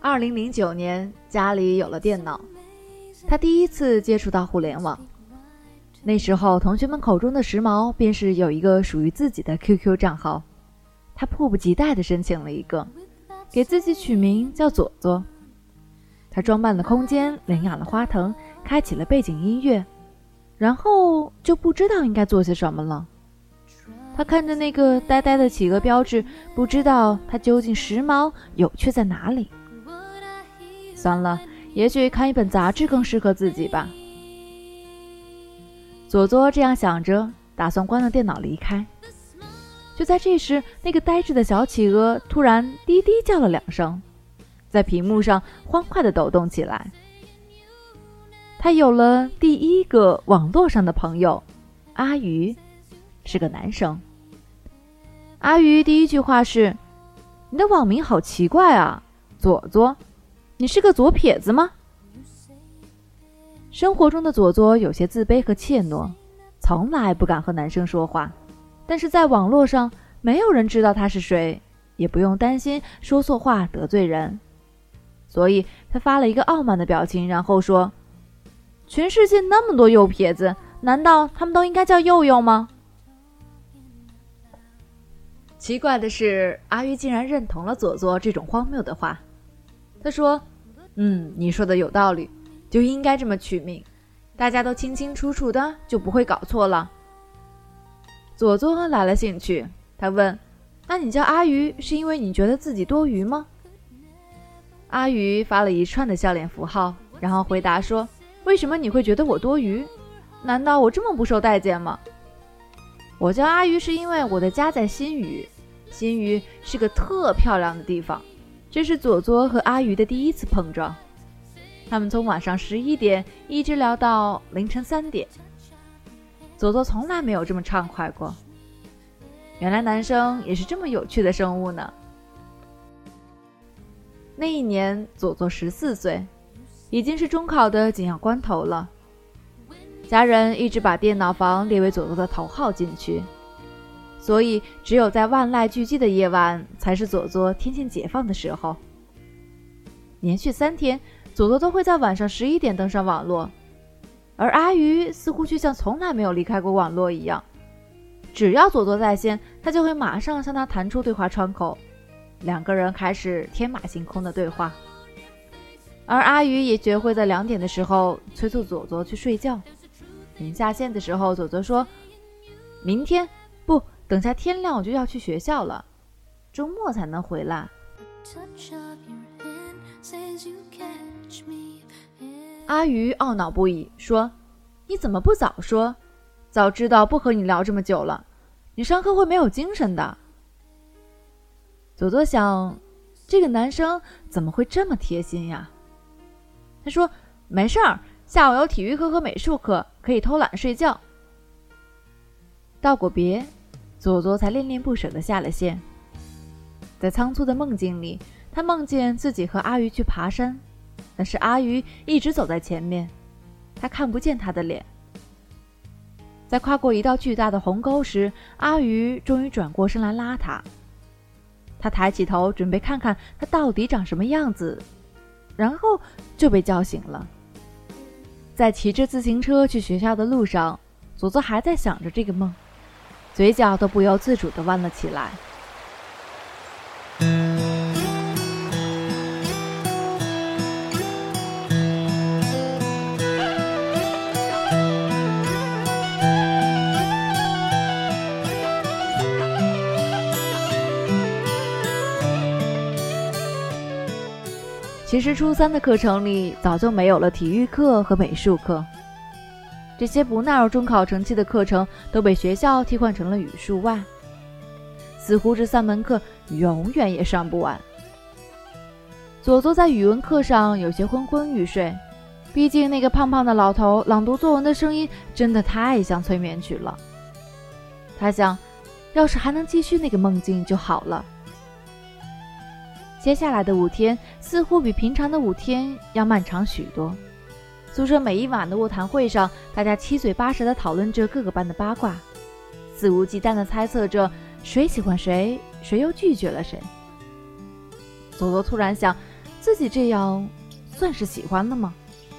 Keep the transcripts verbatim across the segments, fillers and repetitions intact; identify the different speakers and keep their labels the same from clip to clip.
Speaker 1: 二零零九年，家里有了电脑，他第一次接触到互联网。那时候同学们口中的时髦便是有一个属于自己的 Q Q 账号，他迫不及待地申请了一个，给自己取名叫左左。他装扮了空间，领养了花藤，开启了背景音乐，然后就不知道应该做些什么了。他看着那个呆呆的企鹅标志，不知道它究竟时髦有趣在哪里。算了，也许看一本杂志更适合自己吧。左左这样想着，打算关了电脑离开。就在这时，那个呆滞的小企鹅突然滴滴叫了两声，在屏幕上欢快地抖动起来。他有了第一个网络上的朋友，阿鱼，是个男生。阿鱼第一句话是：你的网名好奇怪啊，左左，你是个左撇子吗？生活中的左左有些自卑和怯懦，从来不敢和男生说话，但是在网络上没有人知道他是谁，也不用担心说错话得罪人，所以他发了一个傲慢的表情，然后说：全世界那么多右撇子，难道他们都应该叫佑佑吗？奇怪的是，阿鱼竟然认同了左左这种荒谬的话。他说：嗯，你说的有道理，就应该这么取名，大家都清清楚楚的，就不会搞错了。左左来了兴趣，他问：那你叫阿鱼是因为你觉得自己多余吗？阿鱼发了一串的笑脸符号，然后回答说：为什么你会觉得我多余？难道我这么不受待见吗？我叫阿鱼是因为我的家在新余，新余是个特漂亮的地方。这是左左和阿鱼的第一次碰撞，他们从晚上十一点一直聊到凌晨三点。左左从来没有这么畅快过，原来男生也是这么有趣的生物呢。那一年左左十四岁，已经是中考的紧要关头了。家人一直把电脑房列为左左的头号禁区，所以只有在万籁俱寂的夜晚才是左左天性解放的时候。连续三天，左左都会在晚上十一点登上网络，而阿鱼似乎却像从来没有离开过网络一样，只要左左在线，他就会马上向他弹出对话窗口，两个人开始天马行空的对话。而阿鱼也学会在两点的时候催促左左去睡觉。临下线的时候，左左说：明天不，等下天亮我就要去学校了，周末才能回来。阿鱼懊恼不已，说：你怎么不早说？早知道不和你聊这么久了，你上课会没有精神的。左左想，这个男生怎么会这么贴心呀？他说：没事儿，下午有体育课和美术课，可以偷懒睡觉。道过别，左左才恋恋不舍地下了线。在仓促的梦境里，他梦见自己和阿鱼去爬山，但是阿鱼一直走在前面，他看不见他的脸。在跨过一道巨大的鸿沟时，阿鱼终于转过身来拉他。他抬起头准备看看他到底长什么样子，然后就被叫醒了。在骑着自行车去学校的路上，左左还在想着这个梦，嘴角都不由自主地弯了起来。其实初三的课程里早就没有了体育课和美术课，这些不纳入中考成绩的课程都被学校替换成了语数外，似乎这三门课永远也上不完。左左在语文课上有些昏昏欲睡，毕竟那个胖胖的老头朗读作文的声音真的太像催眠曲了。他想，要是还能继续那个梦境就好了。接下来的五天似乎比平常的五天要漫长许多。宿舍每一晚的卧谈会上，大家七嘴八舌地讨论着各个班的八卦，肆无忌惮地猜测着谁喜欢谁，谁又拒绝了谁。左左突然想，自自己这样算是喜欢了吗？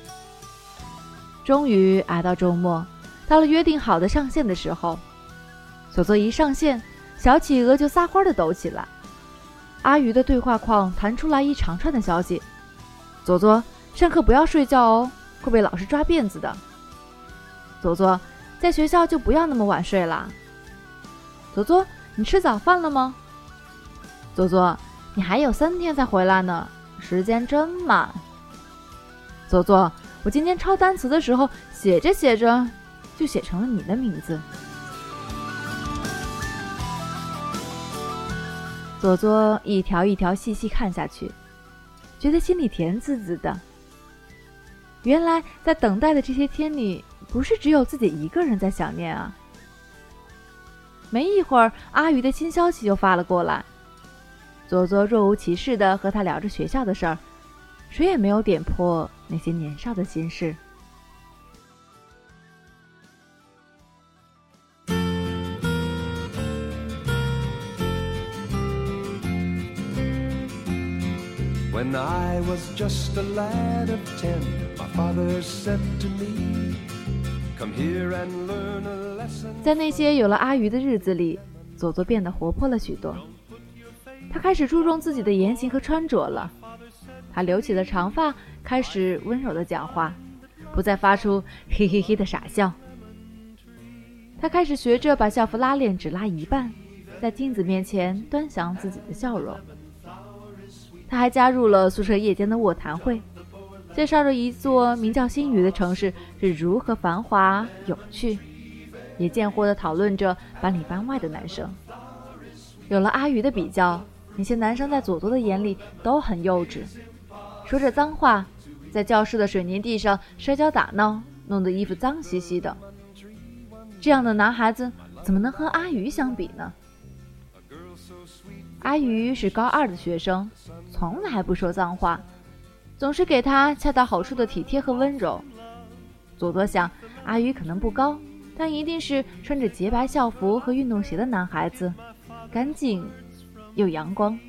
Speaker 1: 终于挨到周末，到了约定好的上线的时候，佐佐一上线，小企鹅就撒欢地抖起来。阿鱼的对话框弹出来一长串的消息：佐佐，上课不要睡觉哦，会被老师抓辫子的。佐佐，在学校就不要那么晚睡啦。佐佐，你吃早饭了吗？佐佐，你还有三天才回来呢，时间真慢。佐佐，我今天抄单词的时候，写着写着就写成了你的名字。佐佐一条一条细细看下去，觉得心里甜滋滋的。原来在等待的这些天里，不是只有自己一个人在想念啊。没一会儿，阿鱼的新消息就发了过来。佐佐若无其事地和他聊着学校的事儿，谁也没有点破那些年少的心事。
Speaker 2: When I was just a lad of ten, my father said to me, Come here and learn a lesson.
Speaker 1: 在那些有了阿鱼的日子里，佐佐变得活泼了许多。他开始注重自己的言行和穿着了。他留起了长发，开始温柔地讲话，不再发出嘿嘿嘿的傻笑。他开始学着把校服拉链只拉一半，在镜子面前端详自己的笑容。他还加入了宿舍夜间的卧谈会，介绍着一座名叫新余的城市是如何繁华有趣，也贱货地讨论着班里班外的男生。有了阿鱼的比较，那些男生在佐佐的眼里都很幼稚，说着脏话，在教室的水泥地上摔跤打闹，弄得衣服脏兮兮的。这样的男孩子怎么能和阿鱼相比呢？阿鱼是高二的学生，从来不说脏话，总是给他恰到好处的体贴和温柔。佐佐想，阿鱼可能不高，但一定是穿着洁白校服和运动鞋的男孩子，干净又阳光。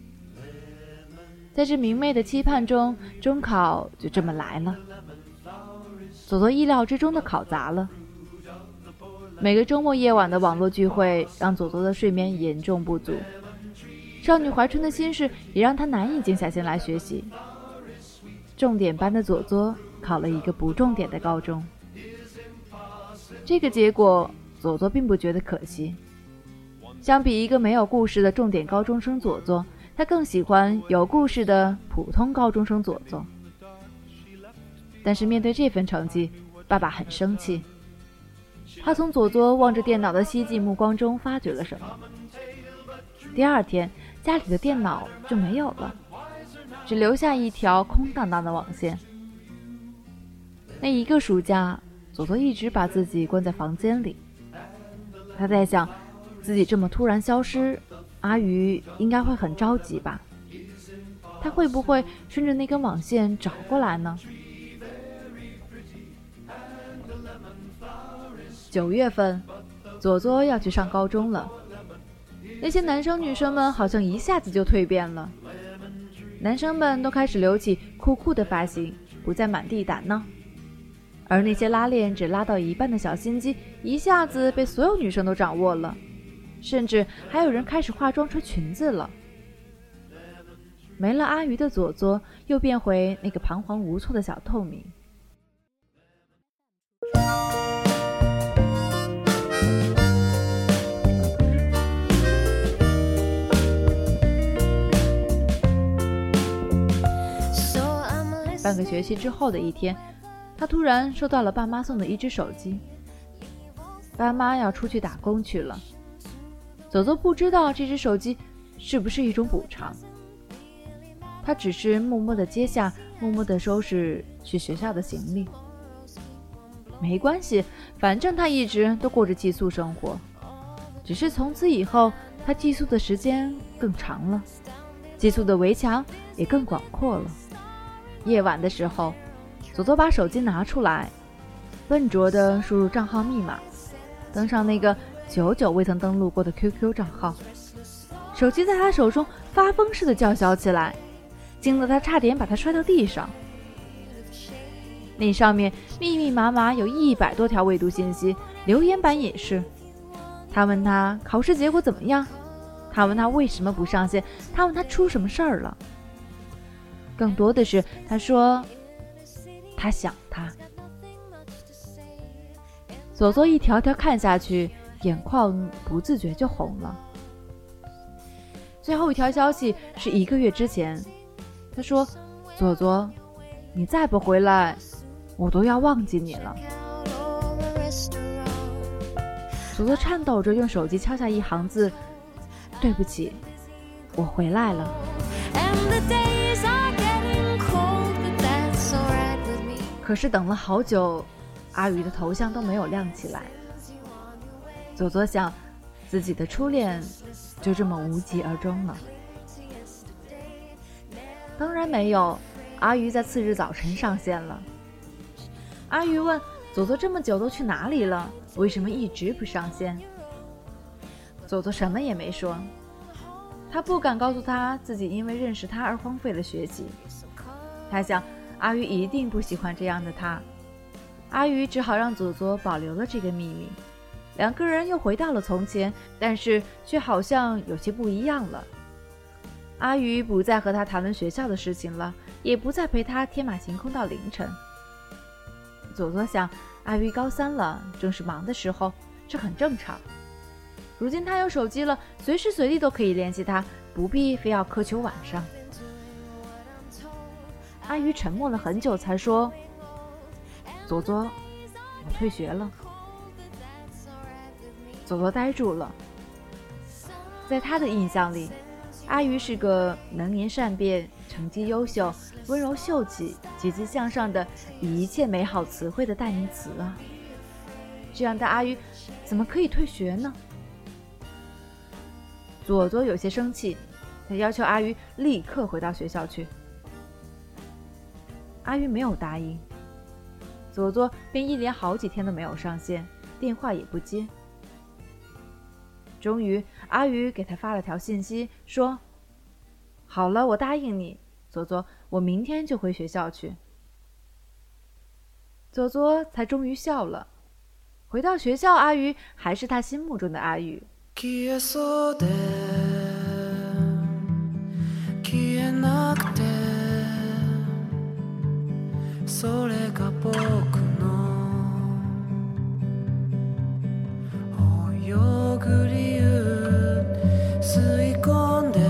Speaker 1: 在这明媚的期盼中，中考就这么来了。佐佐意料之中的考砸了。每个周末夜晚的网络聚会让佐佐的睡眠严重不足，少女怀春的心事也让他难以静下心来学习。重点班的佐佐考了一个不重点的高中，这个结果佐佐并不觉得可惜。相比一个没有故事的重点高中生佐佐，他更喜欢有故事的普通高中生佐佐。但是面对这份成绩，爸爸很生气。他从佐佐望着电脑的希冀目光中发觉了什么。第二天，家里的电脑就没有了，只留下一条空荡荡的网线。那一个暑假，佐佐一直把自己关在房间里。他在想，自己这么突然消失，阿鱼应该会很着急吧？他会不会顺着那根网线找过来呢？九月份，佐佐要去上高中了。那些男生女生们好像一下子就蜕变了，男生们都开始留起酷酷的发型，不再满地打闹，而那些拉链只拉到一半的小心机一下子被所有女生都掌握了，甚至还有人开始化妆穿裙子了。没了阿鱼的佐佐又变回那个彷徨无措的小透明。半个学期之后的一天，他突然收到了爸妈送的一只手机。爸妈要出去打工去了，佐佐不知道这只手机是不是一种补偿，他只是默默地接下，默默地收拾去学校的行李。没关系，反正他一直都过着寄宿生活，只是从此以后，他寄宿的时间更长了，寄宿的围墙也更广阔了。夜晚的时候，佐佐把手机拿出来，笨拙地输入账号密码，登上那个久久未曾登录过的 Q Q 账号。手机在他手中发疯似的叫嚣起来， 惊得他差点把他摔到地上。那上面密密麻麻有一百多条未读信息，留言板也是。他问他考试结果怎么样，他问他为什么不上线，他问他出什么事儿了。更多的是他说他想他。佐佐一条条看下去，眼眶不自觉就红了。最后一条消息是一个月之前，他说：佐佐，你再不回来，我都要忘记你了。佐佐颤抖着用手机敲下一行字：对不起，我回来了。可是等了好久，阿宇的头像都没有亮起来。佐佐想，自己的初恋就这么无疾而终了。当然没有，阿宇在次日早晨上线了。阿宇问佐佐这么久都去哪里了，为什么一直不上线？佐佐什么也没说，他不敢告诉他自己因为认识他而荒废了学习。他想阿宇一定不喜欢这样的他，阿宇只好让佐佐保留了这个秘密。两个人又回到了从前，但是却好像有些不一样了。阿宇不再和他谈论学校的事情了，也不再陪他天马行空到凌晨。佐佐想，阿宇高三了，正是忙的时候，这很正常。如今他有手机了，随时随地都可以联系他，不必非要苛求晚上。阿宇沉默了很久才说：佐佐，我退学了。佐佐呆住了。在他的印象里，阿宇是个能言善辩、成绩优秀、温柔秀气、积极向上的以一切美好词汇的代名词啊！这样的阿宇怎么可以退学呢？佐佐有些生气，他要求阿宇立刻回到学校去。阿宇没有答应，佐佐便一连好几天都没有上线，电话也不接。终于阿宇给他发了条信息说：好了，我答应你，佐佐，我明天就回学校去。佐佐才终于笑了。回到学校，阿宇还是他心目中的阿宇。消えそうで消えなくてそれが僕の泳ぐ理由吸い込んで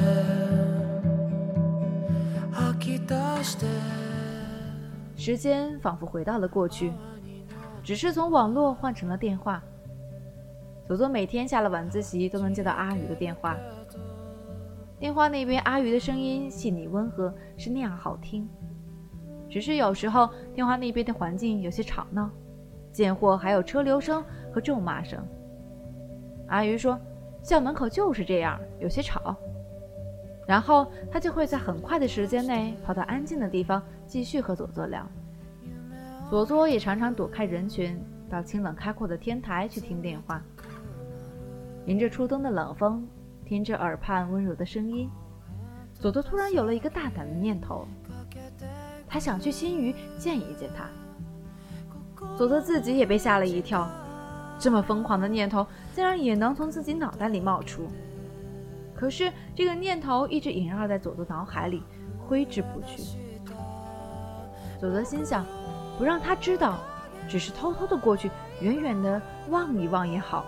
Speaker 1: 吐き出して时间仿佛回到了过去，只是从网络换成了电话。佐佐每天下了晚自习都能接到阿宇的电话，电话那边阿宇的声音细腻温和，是那样好听。只是有时候电话那边的环境有些吵闹，见货还有车流声和咒骂声。阿宇说校门口就是这样，有些吵。然后他就会在很快的时间内跑到安静的地方继续和佐佐聊。佐佐也常常躲开人群，到清冷开阔的天台去听电话。迎着初冬的冷风，听着耳畔温柔的声音，佐佐突然有了一个大胆的念头，他想去新余见一见他。佐佐自己也被吓了一跳，这么疯狂的念头竟然也能从自己脑袋里冒出。可是这个念头一直萦绕在佐佐脑海里，挥之不去。佐佐心想，不让他知道，只是偷偷的过去，远远的望一望也好。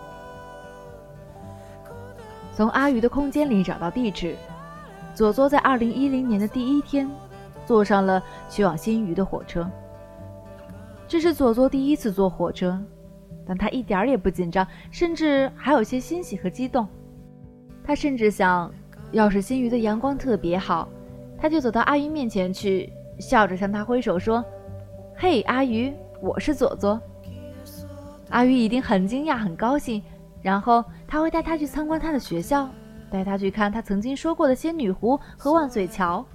Speaker 1: 从阿宇的空间里找到地址，佐佐在二零一零年的第一天坐上了去往新余的火车。这是佐佐第一次坐火车，但他一点也不紧张，甚至还有些欣喜和激动。他甚至想，要是新余的阳光特别好，他就走到阿宇面前去，笑着向他挥手说：嘿，阿宇，我是佐佐。阿宇一定很惊讶很高兴，然后他会带他去参观他的学校，带他去看他曾经说过的仙女湖和万岁桥。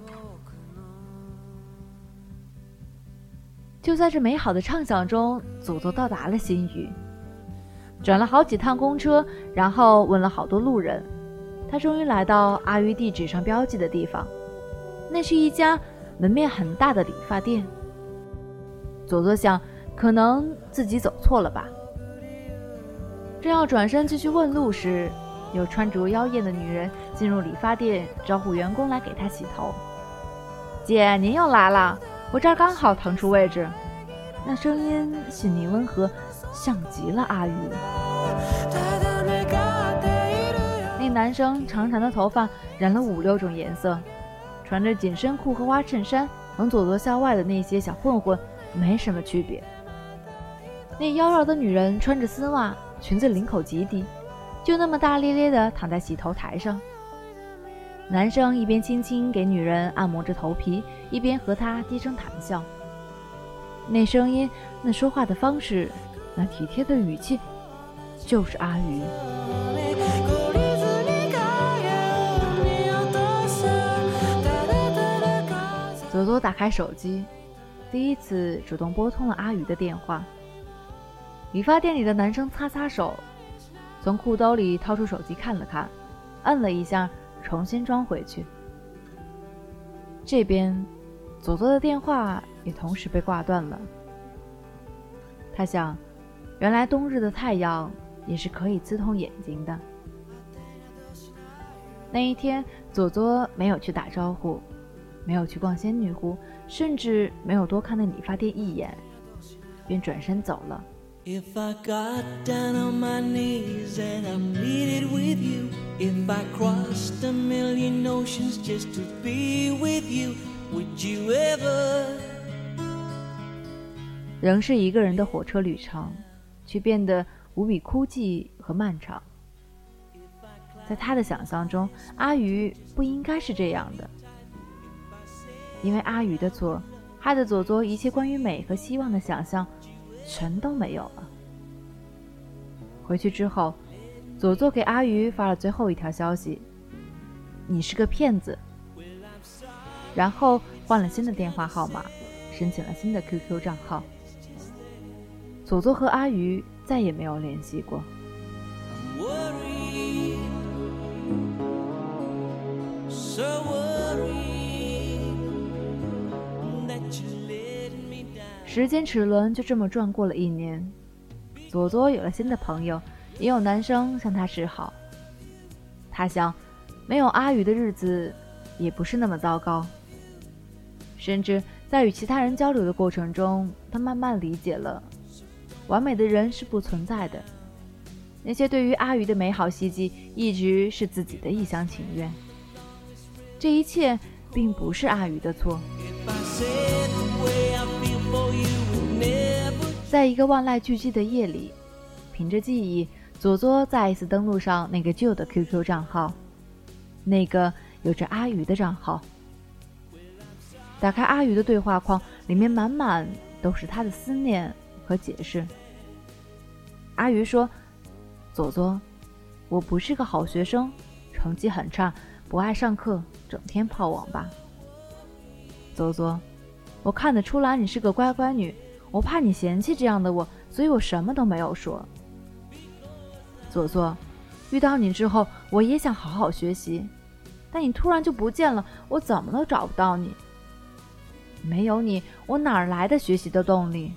Speaker 1: 就在这美好的畅想中，佐佐到达了新余，转了好几趟公车，然后问了好多路人，他终于来到阿宇地址上标记的地方。 那是一家门面很大的理发店。佐佐想，可能自己走错了吧。正要转身继续问路时，有穿着妖艳的女人进入理发店，招呼员工来给她洗头。姐，您又来了，我这儿刚好腾出位置。那声音细腻温和，像极了阿鱼。那男生长长的头发染了五六种颜色，穿着紧身裤和花衬衫，同佐佐校外的那些小混混没什么区别。那妖娆的女人穿着丝袜，裙子领口极低，就那么大咧咧地躺在洗头台上。男生一边轻轻给女人按摩着头皮，一边和她低声谈笑。那声音，那说话的方式，那体贴的语气，就是阿鱼。佐佐打开手机，第一次主动拨通了阿鱼的电话。理发店里的男生擦擦手，从裤兜里掏出手机看了看，摁了一下，重新装回去。这边佐佐的电话也同时被挂断了。他想，原来冬日的太阳也是可以刺痛眼睛的。那一天，佐佐没有去打招呼，没有去逛仙女湖，甚至没有多看那理发店一眼，便转身走了。If I got down on my knees and I pleaded with you, if I crossed a million oceans just to be with you, would you ever? 仍是一个人的火车旅程，却变得无比孤寂和漫长。在他的想象中，阿鱼不应该是这样的，因为阿鱼的错，害得佐佐一切关于美和希望的想象全都没有了。回去之后，佐佐给阿鱼发了最后一条消息：“你是个骗子。”然后换了新的电话号码，申请了新的 Q Q 账号。佐佐和阿鱼再也没有联系过。时间齿轮就这么转过了一年，佐佐有了新的朋友，也有男生向他示好。他想，没有阿鱼的日子也不是那么糟糕。甚至在与其他人交流的过程中，他慢慢理解了，完美的人是不存在的。那些对于阿鱼的美好希冀，一直是自己的一厢情愿。这一切并不是阿鱼的错。在一个万籁俱寂的夜里，凭着记忆，佐佐再一次登录上那个旧的 Q Q 账号，那个有着阿鱼的账号。打开阿鱼的对话框，里面满满都是他的思念和解释。阿鱼说：“佐佐，我不是个好学生，成绩很差，不爱上课，整天泡网吧。佐佐，我看得出来你是个乖乖女，我怕你嫌弃这样的我，所以我什么都没有说。佐佐，遇到你之后，我也想好好学习，但你突然就不见了，我怎么都找不到你。没有你，我哪来的学习的动力？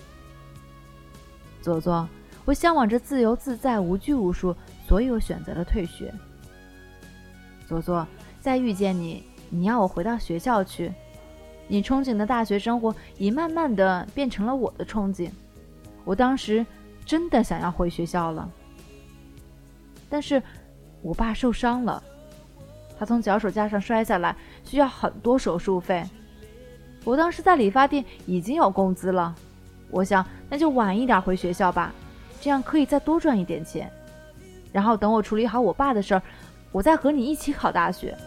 Speaker 1: 佐佐，我向往着自由自在、无拘无束，所以我选择了退学。佐佐，再遇见你，你要我回到学校去。你憧憬的大学生活已慢慢的变成了我的憧憬。我当时真的想要回学校了，但是我爸受伤了，他从脚手架上摔下来，需要很多手术费。我当时在理发店已经有工资了，我想那就晚一点回学校吧，这样可以再多赚一点钱，然后等我处理好我爸的事儿，我再和你一起考大学。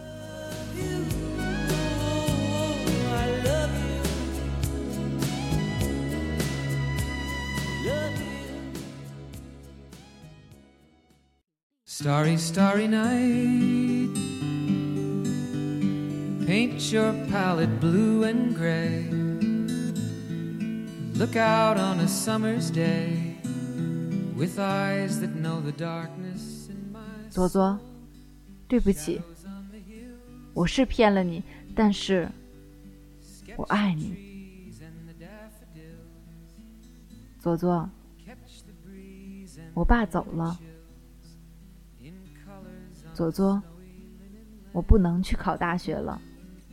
Speaker 2: Starry, starry night, paint your palette blue and gray. Look out on a summer's day with eyes that know the darkness in my
Speaker 1: 佐佐，对不起，我是骗了你， 但是我爱你。左左，我爸走了。左左，我不能去考大学了。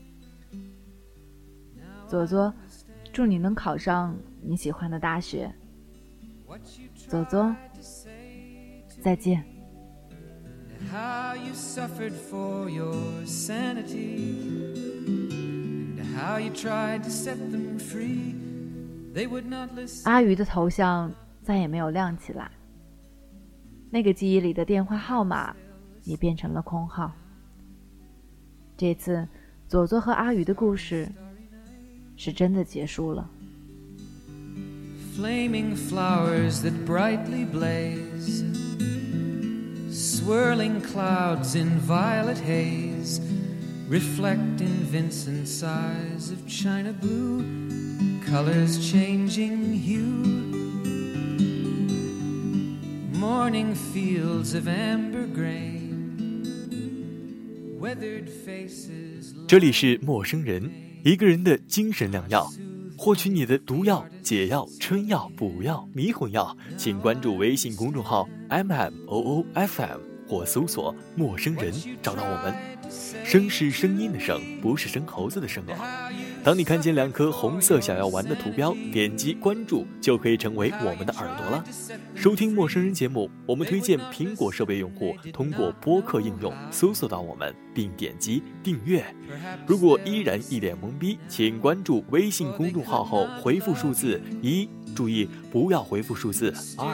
Speaker 1: 左左，祝你能考上你喜欢的大学。左左，再见。How you suffered for your sanity, and how you tried to set them free. They would not listen. 阿鱼的头像再也没有亮起来，那个记忆里的电话号码也变成了空号。这次左左和阿鱼的故事是真的结束了。
Speaker 3: Flaming flowers that brightly blaze, swirling clouds in violet haze, reflect in Vincent's eyes of china blue, colors changing hue, morning fields of amber grain, weathered faces.
Speaker 4: 这里是陌生人，一个人的精神良药，获取你的毒药、解药、春药、补药、迷魂药，请关注微信公众号 M M O O F M 或搜索陌生人找到我们。声是声音的声，不是生猴子的生哦。当你看见两颗红色小药丸的图标，点击关注就可以成为我们的耳朵了。收听陌生人节目，我们推荐苹果设备用户通过播客应用搜索到我们，并点击订阅。如果依然一脸懵逼，请关注微信公众号后回复数字一，注意不要回复数字二。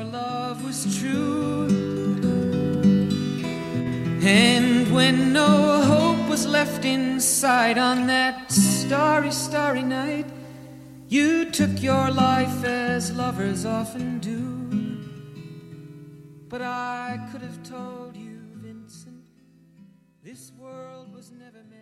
Speaker 3: And when no hope was left inside on that starry, starry night, you took your life as lovers often do. But I could have told you, Vincent, this world was never meant